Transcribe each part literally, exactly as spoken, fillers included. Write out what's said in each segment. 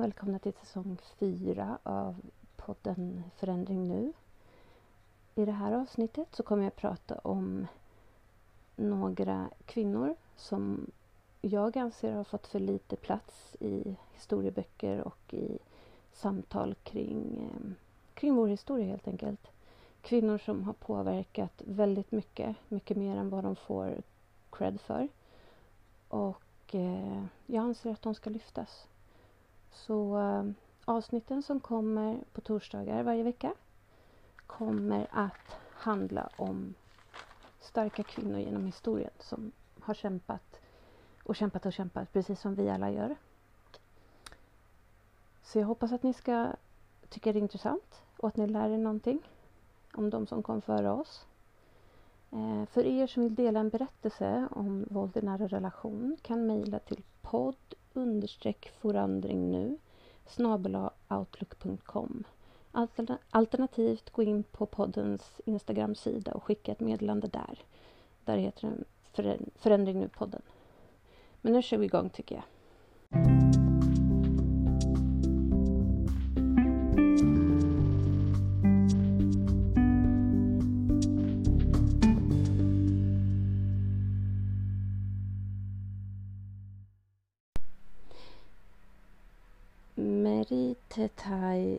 välkomna till säsong fyra av podden Förändring nu. I det här avsnittet så kommer jag att prata om några kvinnor som jag anser har fått för lite plats i historieböcker och i samtal kring, kring vår historia helt enkelt. Kvinnor som har påverkat väldigt mycket, mycket mer än vad de får cred för. Och eh, jag anser att de ska lyftas. Så eh, avsnitten som kommer på torsdagar varje vecka kommer att handla om starka kvinnor genom historien som har kämpat och kämpat och kämpat precis som vi alla gör. Så jag hoppas att ni ska tycka det är intressant och att ni lär er någonting om de som kom före oss. Eh, för er som vill dela en berättelse om våld i nära relation kan mejla till podd understreck förandring nu snabel-a outlook punkt com. Alterna- alternativt gå in på poddens Instagram-sida och skicka ett meddelande där. Där heter den för- Förändring nu-podden. Men nu kör vi igång tycker jag. Meritatai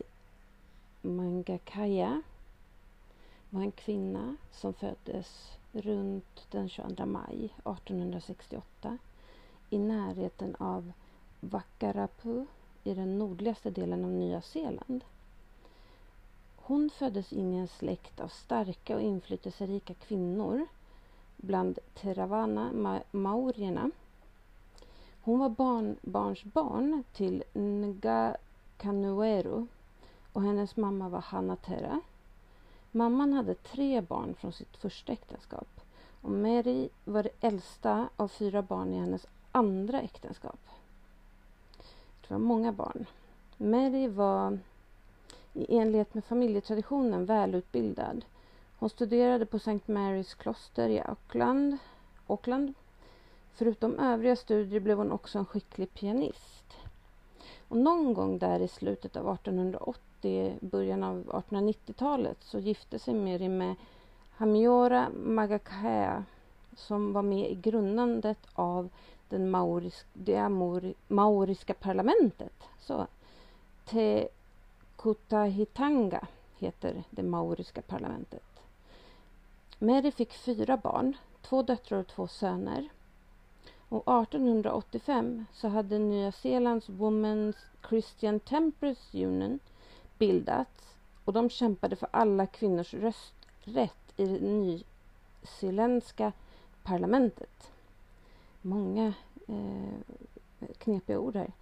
Mangakhaya var en kvinna som föddes runt den tjugoandra maj artonhundrasextioåtta i närheten av Vakarapu i den nordligaste delen av Nya Zeeland. Hon föddes in i en släkt av starka och inflytelserika kvinnor bland Theravana ma- maorierna. Hon var barnbarnsbarn till Nga Kanuero och hennes mamma var Hanatera. Mamman hade tre barn från sitt första äktenskap och Mary var det äldsta av fyra barn i hennes andra äktenskap. Det var många barn. Mary var i enlighet med familjetraditionen välutbildad. Hon studerade på Sankt Marys kloster i Auckland. Auckland. Förutom övriga studier blev hon också en skicklig pianist. Och någon gång där i slutet av artonhundraåttio, början av artonhundranittiotalet så gifte sig Mary med Hamiora Mangakhaya som var med i grundandet av den maorisk, det amori, maoriska parlamentet. Så, Te Kutahitanga heter det maoriska parlamentet. Mary fick fyra barn, två döttrar och två söner. Och artonhundraåttiofem så hade Nya Zeelands Women's Christian Temperance Union bildats och de kämpade för alla kvinnors rösträtt i det nyzeeländska parlamentet. Många eh, knepiga ord här.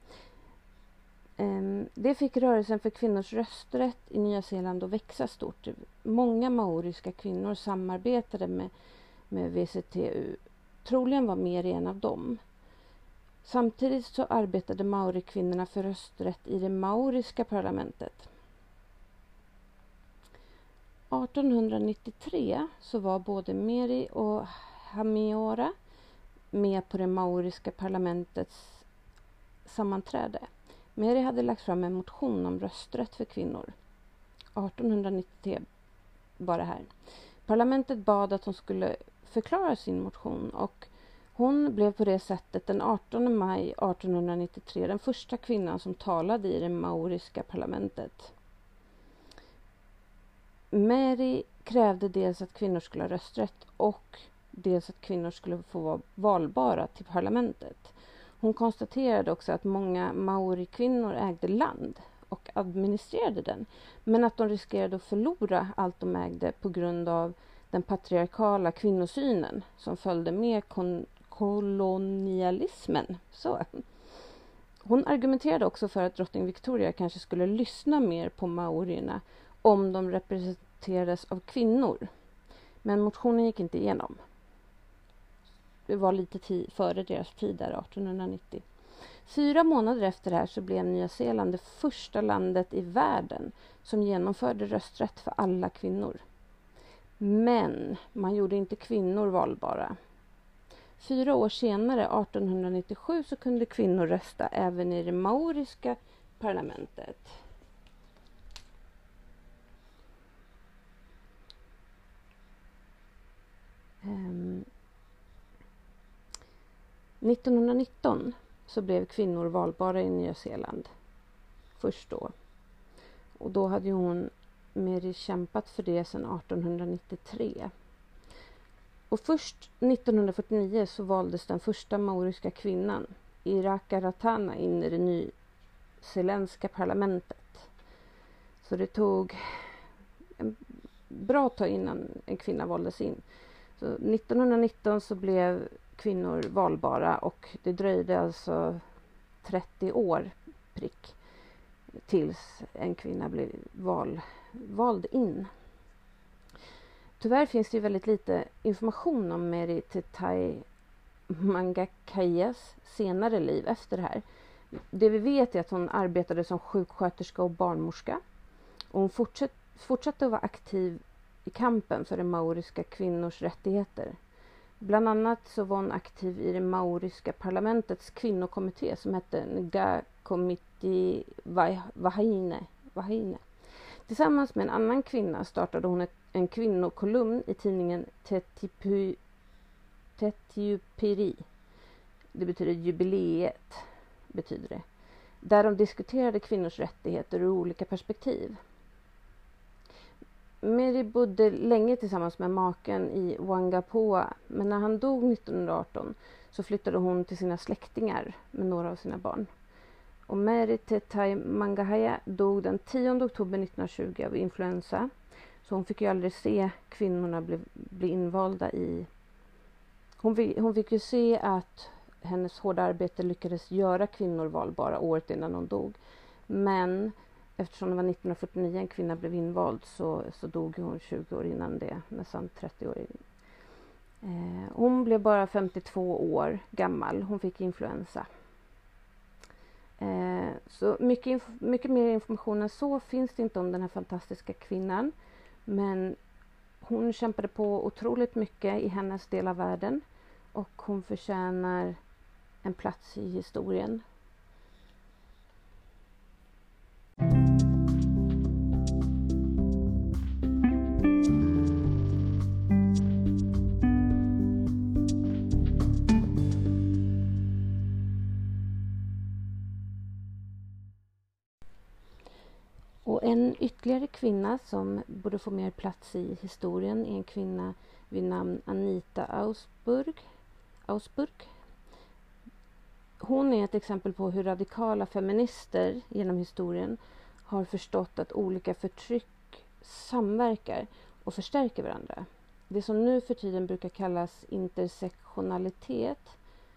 Eh, det fick rörelsen för kvinnors rösträtt i Nya Zeeland att växa stort. Många maoriska kvinnor samarbetade med, med V C T U. Troligen var Mary en av dem. Samtidigt så arbetade maorikvinnorna för rösträtt i det maoriska parlamentet. artonhundranittiotre så var både Mary och Hamiora med på det maoriska parlamentets sammanträde. Mary hade lagt fram en motion om rösträtt för kvinnor. artonhundranittiotre var det här. Parlamentet bad att hon skulle förklara sin motion och hon blev på det sättet den artonde maj artonhundranittiotre den första kvinnan som talade i det maoriska parlamentet. Mary krävde dels att kvinnor skulle ha rösträtt och dels att kvinnor skulle få vara valbara till parlamentet. Hon konstaterade också att många maorikvinnor ägde land och administrerade den, men att de riskerade att förlora allt de ägde på grund av den patriarkala kvinnosynen som följde med kon- kolonialismen. Så. Hon argumenterade också för att drottning Victoria kanske skulle lyssna mer på maorierna om de representerades av kvinnor. Men motionen gick inte igenom. Det var lite tid före deras tid där, artonhundranittio. Fyra månader efter det här så blev Nya Zeeland det första landet i världen som genomförde rösträtt för alla kvinnor. Men man gjorde inte kvinnor valbara. Fyra år senare, artonhundranittiosju, så kunde kvinnor rösta även i det maoriska parlamentet. Um, nittonhundranitton så blev kvinnor valbara i Nya Zeeland. Först då. Och då hade hon Mary kämpat för det sedan artonhundranittiotre. Och först nittonhundrafyrtionio så valdes den första maoriska kvinnan, Iraka Ratana, in i det nyzeeländska parlamentet. Så det tog en bra tag innan en kvinna valdes in. Så nittonhundranitton så blev kvinnor valbara och det dröjde alltså trettio år prick tills en kvinna blev val, vald in. Tyvärr finns det ju väldigt lite information om Mary Tetai Mangakaias senare liv efter det här. Det vi vet är att hon arbetade som sjuksköterska och barnmorska. Och hon fortsatt, fortsatte att vara aktiv i kampen för de maoriska kvinnors rättigheter. Bland annat så var hon aktiv i det maoriska parlamentets kvinnokommitté som hette Nga Committee Wahine. Wahine. Tillsammans med en annan kvinna startade hon ett, en kvinnokolumn i tidningen Tetiupiri. Det betyder jubileet, betyder det. Där de diskuterade kvinnors rättigheter ur olika perspektiv. Mary bodde länge tillsammans med maken i Wangapoa, men när han dog nittonhundraarton så flyttade hon till sina släktingar med några av sina barn. Och Mary Tetai Mangahaya dog den tionde oktober nittonhundratjugo av influensa. Så hon fick ju aldrig se kvinnorna bli, bli invalda i... Hon, hon fick ju se att hennes hårda arbete lyckades göra kvinnor valbara året innan hon dog. Men eftersom det var nittonhundrafyrtionio en kvinna blev invald så, så dog hon tjugo år innan det. Nästan trettio år innan. Eh, hon blev bara femtiotvå år gammal. Hon fick influensa. Eh, så mycket, mycket mer information än så finns det inte om den här fantastiska kvinnan. Men hon kämpade på otroligt mycket i hennes del av världen. Och hon förtjänar en plats i historien. Och en ytterligare kvinna som borde få mer plats i historien är en kvinna vid namn Anita Augsburg. Augsburg. Hon är ett exempel på hur radikala feminister genom historien har förstått att olika förtryck samverkar och förstärker varandra. Det som nu för tiden brukar kallas intersektionalitet.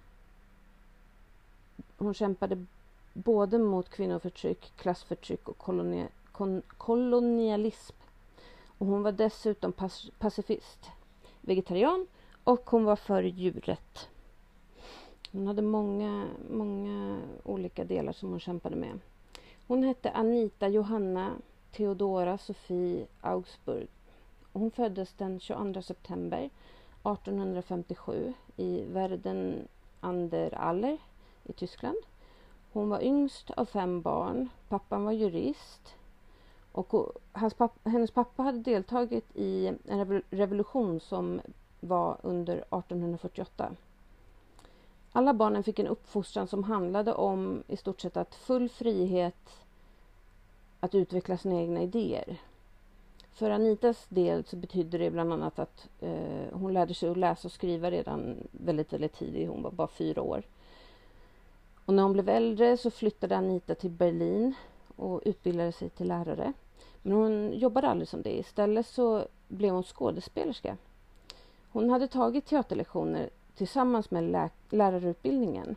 Hon kämpade både mot kvinnoförtryck, klassförtryck och koloni- kon- kolonialism. Och hon var dessutom pac- pacifist, vegetarian och hon var för djuret. Hon hade många, många olika delar som hon kämpade med. Hon hette Anita Johanna Theodora Sophie Augsburg. Och hon föddes den tjugoandra september artonhundrafemtiosju i Werden an der Aller i Tyskland. Hon var yngst av fem barn. Pappan var jurist. Och hans pappa, hennes pappa hade deltagit i en revolution som var under artonhundrafyrtioåtta. Alla barnen fick en uppfostran som handlade om i stort sett att full frihet att utveckla sina egna idéer. För Anitas del så betydde det bland annat att eh, hon lärde sig att läsa och skriva redan väldigt, väldigt tidigt. Hon var bara fyra år. Och när hon blev äldre så flyttade Anita till Berlin och utbildade sig till lärare. Men hon jobbade aldrig som det. Istället så blev hon skådespelerska. Hon hade tagit teaterlektioner tillsammans med lä- lärarutbildningen.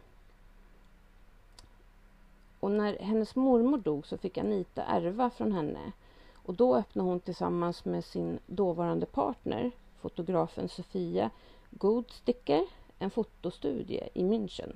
Och när hennes mormor dog så fick Anita ärva från henne. Och då öppnade hon tillsammans med sin dåvarande partner, fotografen Sofia Godsticker, en fotostudie i München.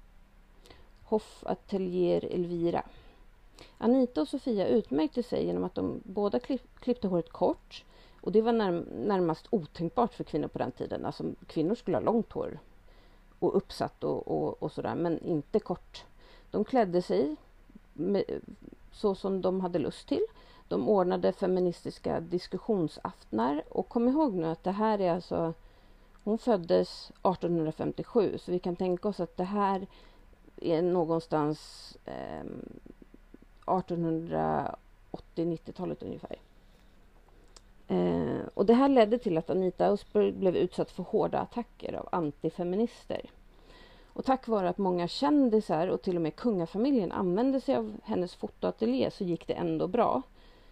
Hoffatelier Elvira. Anita och Sofia utmärkte sig genom att de båda klipp, klippte håret kort. Och det var när, närmast otänkbart för kvinnor på den tiden. Alltså kvinnor skulle ha långt hår och uppsatt och, och, och sådär, men inte kort. De klädde sig med, så som de hade lust till. De ordnade feministiska diskussionsaftnar. Och kom ihåg nu att det här är alltså... Hon föddes arton femtiosju, så vi kan tänka oss att det här är någonstans eh, artonhundraåttio-nittiotalet ungefär. Eh, och det här ledde till att Anita Augsburg blev utsatt för hårda attacker av antifeminister. Och tack vare att många kändisar och till och med kungafamiljen använde sig av hennes fotoateljé så gick det ändå bra.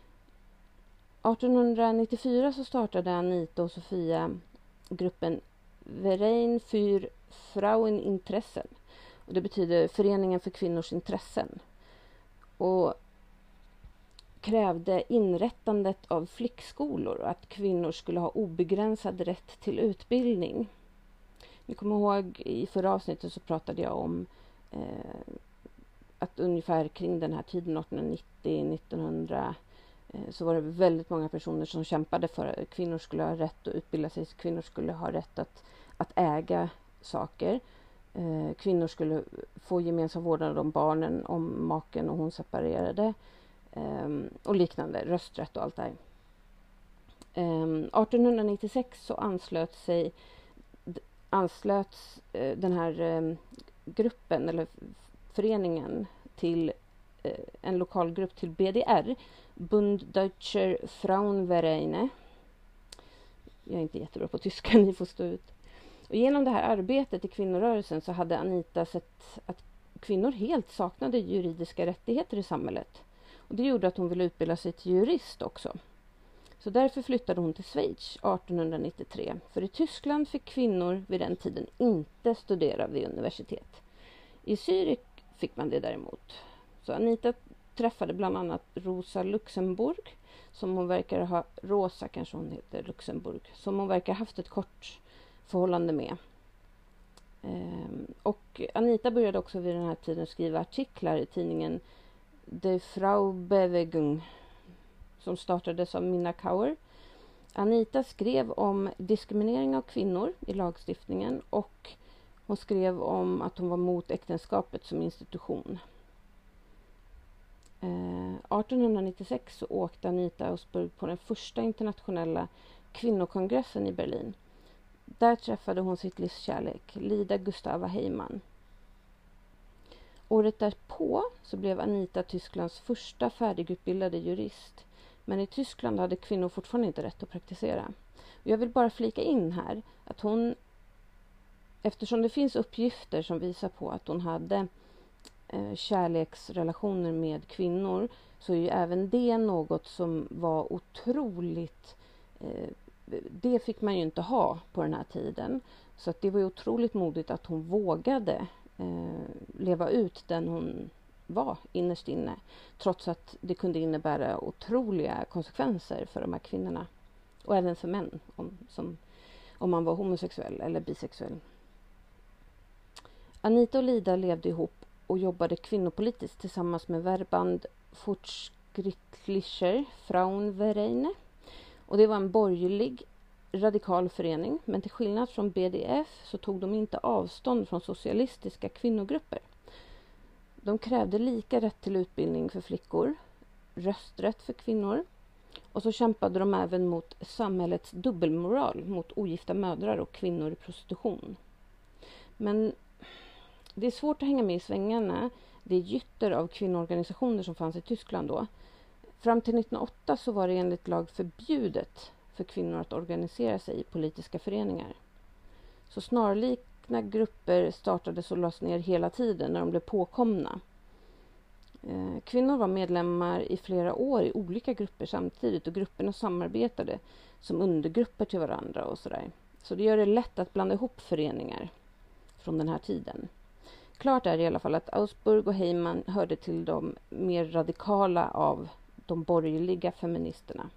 arton nittiofyra så startade Anita och Sofia gruppen Verein für Fraueninteressen. Och det betyder Föreningen för kvinnors intressen. Och krävde inrättandet av flickskolor och att kvinnor skulle ha obegränsad rätt till utbildning. Ni kommer ihåg i förra avsnittet så pratade jag om eh, att ungefär kring den här tiden artonhundranittio nittonhundra eh, så var det väldigt många personer som kämpade för att kvinnor skulle ha rätt att utbilda sig, kvinnor skulle ha rätt att, att äga saker. Eh, kvinnor skulle få gemensam vårdnad om barnen om maken och hon separerade. Um, och liknande, rösträtt och allt det här. Um, arton nittiosex så anslöt sig anslöts uh, den här um, gruppen eller föreningen till uh, en lokal grupp till B D R, Bund Deutscher Frauenvereine. Jag är inte jättebra på tyska, ni får stå ut. Och genom det här arbetet i kvinnorörelsen så hade Anita sett att kvinnor helt saknade juridiska rättigheter i samhället. Och det gjorde att hon ville utbilda sig till jurist också. Så därför flyttade hon till Schweiz arton nittiotre. För i Tyskland fick kvinnor vid den tiden inte studera vid universitet. I Zürich fick man det däremot. Så Anita träffade bland annat Rosa Luxemburg. Som hon verkar ha, Rosa kanske hon heter, Luxemburg. Som hon verkar ha haft ett kort förhållande med. Ehm, och Anita började också vid den här tiden skriva artiklar i tidningen De Fraubewegung som startades av Minna Kauer. Anita skrev om diskriminering av kvinnor i lagstiftningen och hon skrev om att hon var mot äktenskapet som institution. Eh, arton nittiosex så åkte Anita Augsburg på den första internationella kvinnokongressen i Berlin. Där träffade hon sitt livskärlek, Lida Gustava Heimann. Året därpå så blev Anita Tysklands första färdigutbildade jurist. Men i Tyskland hade kvinnor fortfarande inte rätt att praktisera. Och jag vill bara flika in här att hon, eftersom det finns uppgifter som visar på att hon hade eh, kärleksrelationer med kvinnor, så är ju även det något som var otroligt, eh, det fick man ju inte ha på den här tiden. Så att det var ju otroligt modigt att hon vågade Eh, leva ut den hon var innerst inne, trots att det kunde innebära otroliga konsekvenser för de här kvinnorna och även för män om, som, om man var homosexuell eller bisexuell. Anita och Lida levde ihop och jobbade kvinnopolitiskt tillsammans med Verband Fortschrittlicher Frauenvereine, och det var en borgerlig radikal förening, men till skillnad från B D F så tog de inte avstånd från socialistiska kvinnogrupper. De krävde lika rätt till utbildning för flickor, rösträtt för kvinnor, och så kämpade de även mot samhällets dubbelmoral mot ogifta mödrar och kvinnor i prostitution. Men det är svårt att hänga med i svängarna. Det är gytter av kvinnoorganisationer som fanns i Tyskland då. Fram till nittonhundraåtta så var det enligt lag förbjudet för kvinnor att organisera sig i politiska föreningar. Så snarlikna grupper startades och lades ner hela tiden när de blev påkomna. Eh, kvinnor var medlemmar i flera år i olika grupper samtidigt, och grupperna samarbetade som undergrupper till varandra och sådär. Så det gör det lätt att blanda ihop föreningar från den här tiden. Klart är i alla fall att Augsburg och Heimann hörde till de mer radikala av de borgerliga feministerna.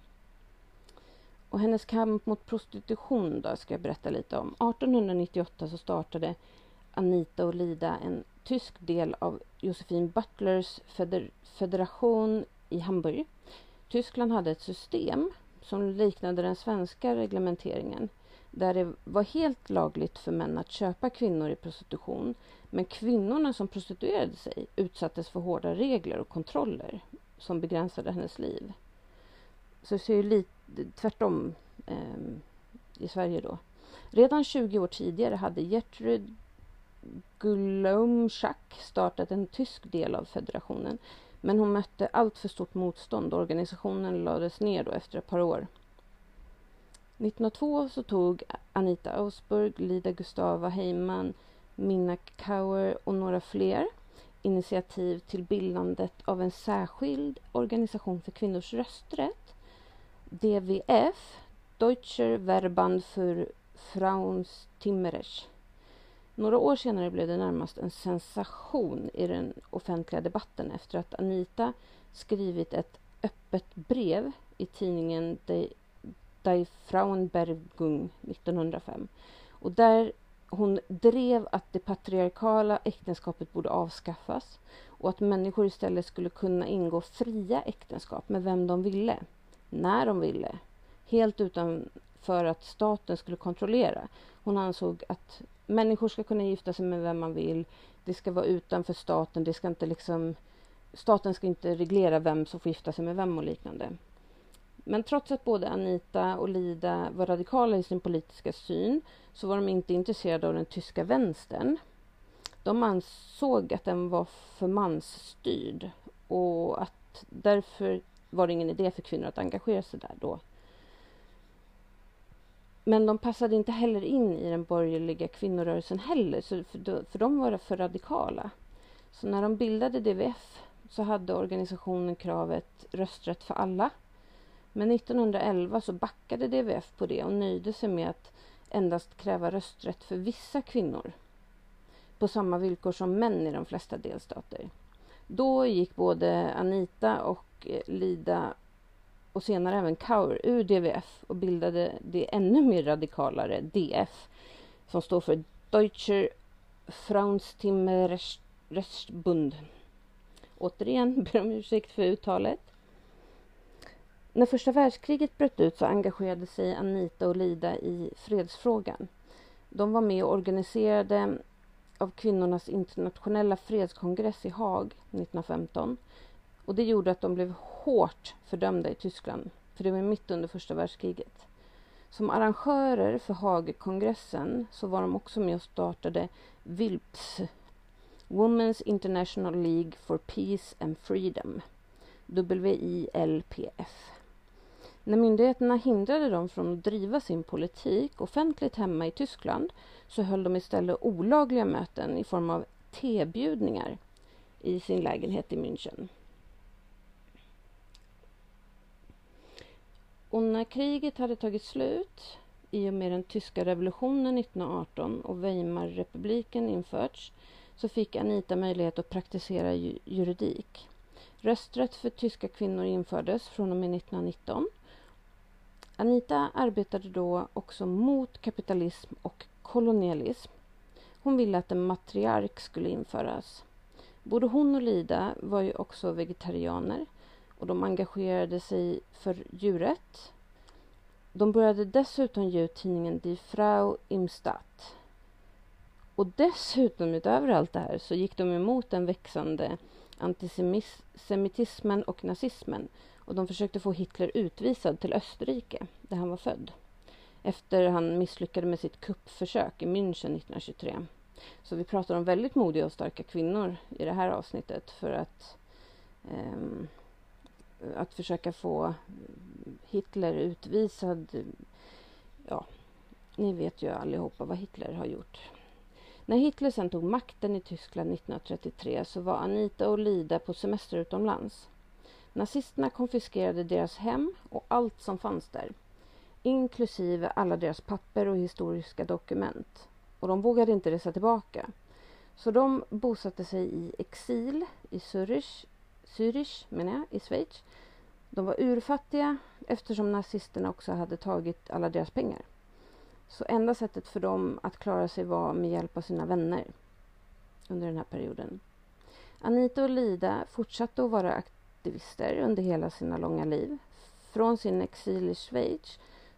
Och hennes kamp mot prostitution då ska jag berätta lite om. arton nittioåtta så startade Anita och Lida en tysk del av Josephine Butlers feder- federation i Hamburg. Tyskland hade ett system som liknade den svenska reglementeringen. där det var helt lagligt för män att köpa kvinnor i prostitution, men kvinnorna som prostituerade sig utsattes för hårda regler och kontroller som begränsade hennes liv. Så det ser ju lite tvärtom eh, i Sverige då. Redan tjugo år tidigare hade Gertrud Gulomschak startat en tysk del av federationen, men hon mötte allt för stort motstånd och organisationen lades ner då efter ett par år. nittonhundratvå så tog Anita Ausburg, Lida Gustava Heimann, Minna Kauer och några fler initiativ till bildandet av en särskild organisation för kvinnors rösträtt, D V F, Deutscher Verband für Frauenstimmrecht. Några år senare blev det närmast en sensation i den offentliga debatten efter att Anita skrivit ett öppet brev i tidningen Die Frauenbergung nittonhundrafem. Och där hon drev att det patriarkala äktenskapet borde avskaffas och att människor istället skulle kunna ingå fria äktenskap med vem de ville, när de ville, helt utan för att staten skulle kontrollera. Hon ansåg att människor ska kunna gifta sig med vem man vill. Det ska vara utanför staten. Det ska inte liksom, staten ska inte reglera vem som får gifta sig med vem och liknande. Men trots att både Anita och Lida var radikala i sin politiska syn så var de inte intresserade av den tyska vänstern. De ansåg att den var för mansstyrd och att därför var det ingen idé för kvinnor att engagera sig där då. Men de passade inte heller in i den borgerliga kvinnorörelsen heller, så för, de, för de var för radikala. Så när de bildade D V F så hade organisationen kravet rösträtt för alla. Men nittonhundraelva så backade D V F på det och nöjde sig med att endast kräva rösträtt för vissa kvinnor. På samma villkor som män i de flesta delstater. Då gick både Anita och Lida och senare även Kauer ur D V F och bildade det ännu mer radikalare D F som står för Deutscher Frauenstimmrechtsbund. Återigen ber om ursäkt för uttalet. När första världskriget bröt ut så engagerade sig Anita och Lida i fredsfrågan. De var med och organiserade av kvinnornas internationella fredskongress i Haag nittonhundrafemton. Och det gjorde att de blev hårt fördömda i Tyskland, för det var mitt under första världskriget. Som arrangörer för Haagkongressen så var de också med och startade W I L P S, Women's International League for Peace and Freedom, W I L P F. När myndigheterna hindrade dem från att driva sin politik offentligt hemma i Tyskland så höll de istället olagliga möten i form av tebjudningar i sin lägenhet i München. Och när kriget hade tagit slut i och med den tyska revolutionen nittonhundraarton och Weimarrepubliken införts så fick Anita möjlighet att praktisera ju- juridik. Rösträtt för tyska kvinnor infördes från och med nittonhundranitton. Anita arbetade då också mot kapitalism och kolonialism. Hon ville att en matriark skulle införas. Både hon och Lida var ju också vegetarianer och de engagerade sig för djurrätt. De började dessutom ge ut tidningen Die Frau im Stadt. Och dessutom utöver allt det här så gick de emot den växande antisemitismen och nazismen. Och de försökte få Hitler utvisad till Österrike, där han var född. Efter han misslyckade med sitt kuppförsök i München nittonhundratjugotre. Så vi pratar om väldigt modiga och starka kvinnor i det här avsnittet för att, um, att försöka få Hitler utvisad. Ja, ni vet ju allihopa vad Hitler har gjort. När Hitler sen tog makten i Tyskland nittonhundratrettiotre så var Anita och Lida på semester utomlands. Nazisterna konfiskerade deras hem och allt som fanns där, inklusive alla deras papper och historiska dokument. Och de vågade inte resa tillbaka. Så de bosatte sig i exil i Zürich, Zürich menar jag, i Schweiz. De var urfattiga eftersom nazisterna också hade tagit alla deras pengar. Så enda sättet för dem att klara sig var med hjälp av sina vänner under den här perioden. Anita och Lida fortsatte att vara aktivister under hela sina långa liv. Från sin exil i Schweiz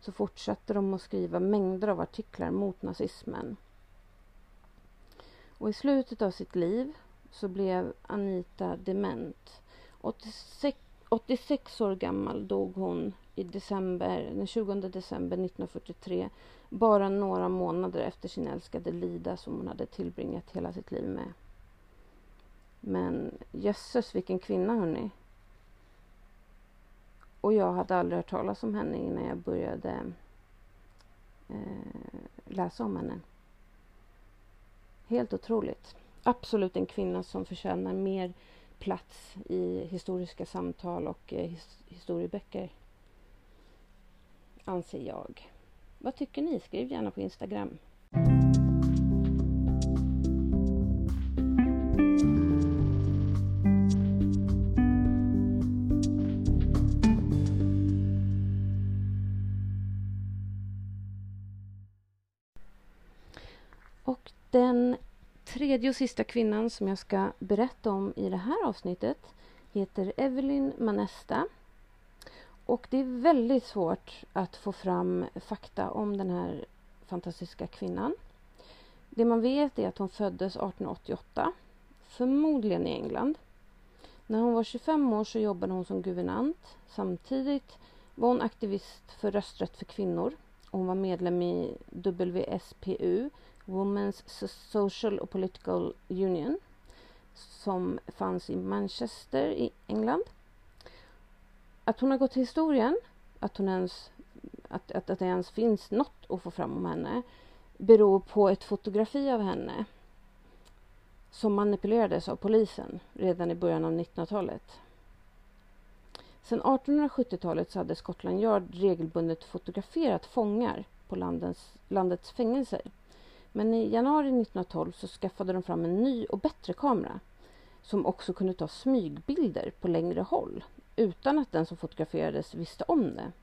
så fortsatte de att skriva mängder av artiklar mot nazismen. Och i slutet av sitt liv så blev Anita dement. åttiosex, åttiosex år gammal dog hon i december, den tjugonde december nittonhundrafyrtiotre, bara några månader efter sin älskade Lida som hon hade tillbringat hela sitt liv med. Men jösses, vilken kvinna, hörni. Och jag hade aldrig hört talas om henne innan jag började eh, läsa om henne. Helt otroligt. Absolut en kvinna som förtjänar mer plats i historiska samtal och eh, his- historieböcker. Anser jag. Vad tycker ni? Skriv gärna på Instagram. Och den tredje och sista kvinnan som jag ska berätta om i det här avsnittet heter Evelyn Manesta. Och det är väldigt svårt att få fram fakta om den här fantastiska kvinnan. Det man vet är att hon föddes arton åttioåtta, förmodligen i England. När hon var tjugofem år så jobbade hon som guvernant. Samtidigt var hon aktivist för rösträtt för kvinnor. Hon var medlem i W S P U, Women's Social and Political Union, som fanns i Manchester i England. Att hon har gått till historien, att, hon ens, att, att, att det ens finns något att få fram om henne, beror på ett fotografi av henne som manipulerades av polisen redan i början av nittonhundratalet. Sedan artonhundrasjuttiotalet så hade Scotland Yard regelbundet fotograferat fångar på landets, landets fängelser. Men i januari nittonhundratolv så skaffade de fram en ny och bättre kamera som också kunde ta smygbilder på längre håll utan att den som fotograferades visste om det.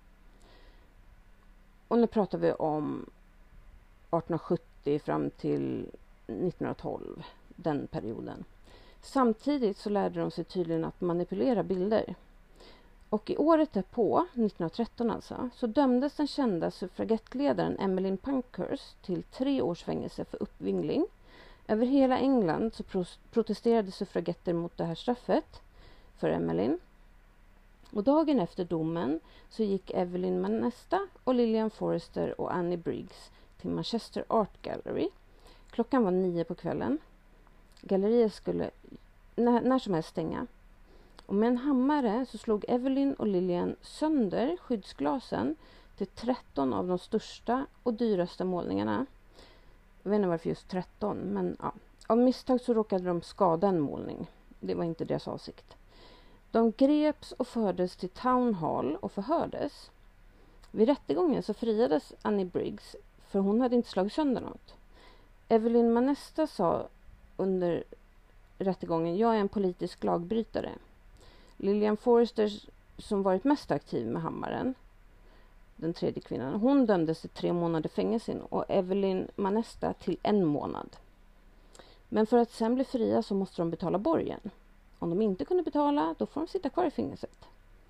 Och nu pratar vi om artonhundrasjuttio fram till nittonhundratolv, den perioden. Samtidigt så lärde de sig tydligen att manipulera bilder. Och i året därpå, nittonhundratretton alltså, så dömdes den kända suffragettledaren Emmeline Pankhurst till tre års fängelse för uppvingling. Över hela England så pro- protesterade suffragetter mot det här straffet för Emmeline. Och dagen efter domen så gick Evelyn Manesta och Lillian Forrester och Annie Briggs till Manchester Art Gallery. Klockan var nio på kvällen. Galleriet skulle när, när som helst stänga. Och med en hammare så slog Evelyn och Lillian sönder skyddsglasen till tretton av de största och dyraste målningarna. Jag vet inte varför just tretton, men ja. Av misstag så råkade de skada en målning. Det var inte deras avsikt. De greps och fördes till Town Hall och förhördes. Vid rättegången så friades Annie Briggs för hon hade inte slagit sönder något. Evelyn Manesta sa under rättegången: jag är en politisk lagbrytare. Lillian Forrester, som varit mest aktiv med hammaren, den tredje kvinnan, hon dömdes till tre månader fängelse och Evelyn Manesta till en månad. Men för att sen bli fria så måste de betala borgen. Om de inte kunde betala, då får de sitta kvar i fängelset.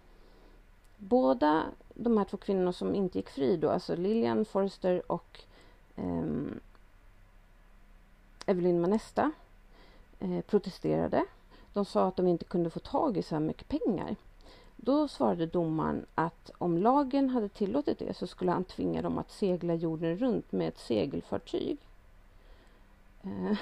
Båda de här två kvinnorna som inte gick fri då, alltså Lillian Forrester och um, Evelyn Manesta, eh, protesterade. De sa att de inte kunde få tag i så här mycket pengar. Då svarade domaren att om lagen hade tillåtit det så skulle han tvinga dem att segla jorden runt med ett segelfartyg. Eh,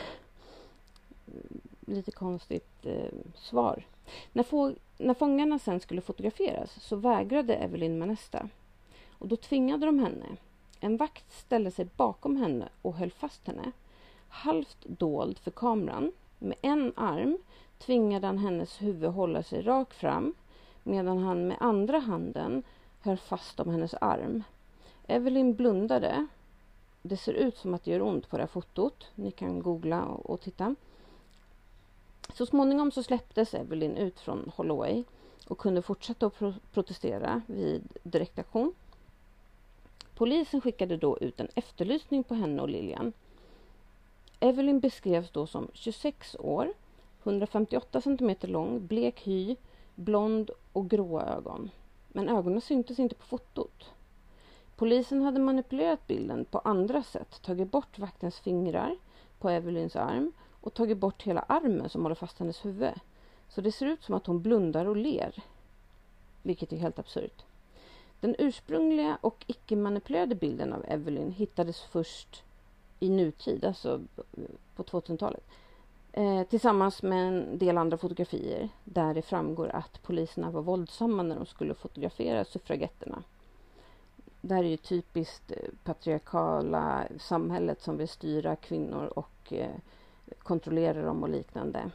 lite konstigt eh, svar. När, få, när fångarna sen skulle fotograferas så vägrade Evelyn Manesta. Och då tvingade de henne. En vakt ställde sig bakom henne och höll fast henne. Halvt dold för kameran. Med en arm tvingade han hennes huvud hålla sig rakt fram medan han med andra handen höll fast om hennes arm. Evelyn blundade. Det ser ut som att det gör ont på det här fotot. Ni kan googla och, och titta. Så småningom så släpptes Evelyn ut från Holloway och kunde fortsätta att pro- protestera vid direktaktion. Polisen skickade då ut en efterlysning på henne och Lillian. Evelyn beskrevs då som tjugosex år, hundrafemtioåtta centimeter lång, blek hy, blond och gråa ögon. Men ögonen syntes inte på fotot. Polisen hade manipulerat bilden på andra sätt, tagit bort vaktens fingrar på Evelyns arm och tagit bort hela armen som håller fast hennes huvud. Så det ser ut som att hon blundar och ler, vilket är helt absurt. Den ursprungliga och icke-manipulerade bilden av Evelyn hittades först i nutid, alltså på tvåtusentalet. Eh, tillsammans med en del andra fotografier där det framgår att poliserna var våldsamma när de skulle fotografera suffragetterna. Det här är ju typiskt patriarkala samhället som vill styra kvinnor och eh, kontrollera dem och liknande.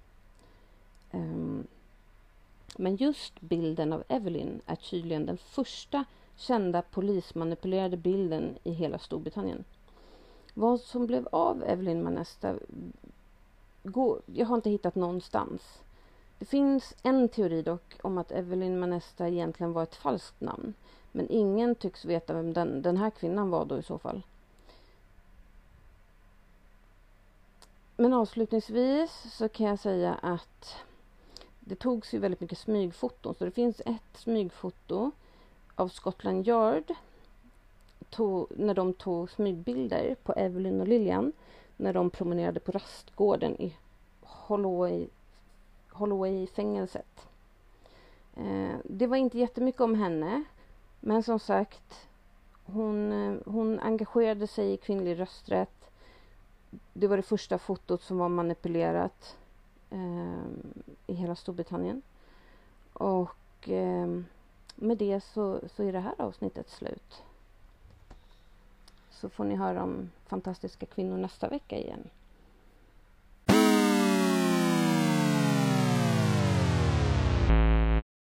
Um, men just bilden av Evelyn är tydligen den första kända polismanipulerade bilden i hela Storbritannien. Vad som blev av Evelyn Manesta går, jag har inte hittat någonstans. Det finns en teori dock om att Evelyn Manesta egentligen var ett falskt namn. Men ingen tycks veta vem den, den här kvinnan var då i så fall. Men avslutningsvis så kan jag säga att det togs ju väldigt mycket smygfoton. Så det finns ett smygfoto av Scotland Yard tog, när de tog smygbilder på Evelyn och Lillian när de promenerade på rastgården i Holloway, Holloway-fängelset. Eh, det var inte jättemycket om henne, men som sagt, hon, hon engagerade sig i kvinnlig rösträtt. Det var det första fotot som var manipulerat eh, i hela Storbritannien. Och eh, med det så, så är det här avsnittet slut. Så får ni höra om fantastiska kvinnor nästa vecka igen.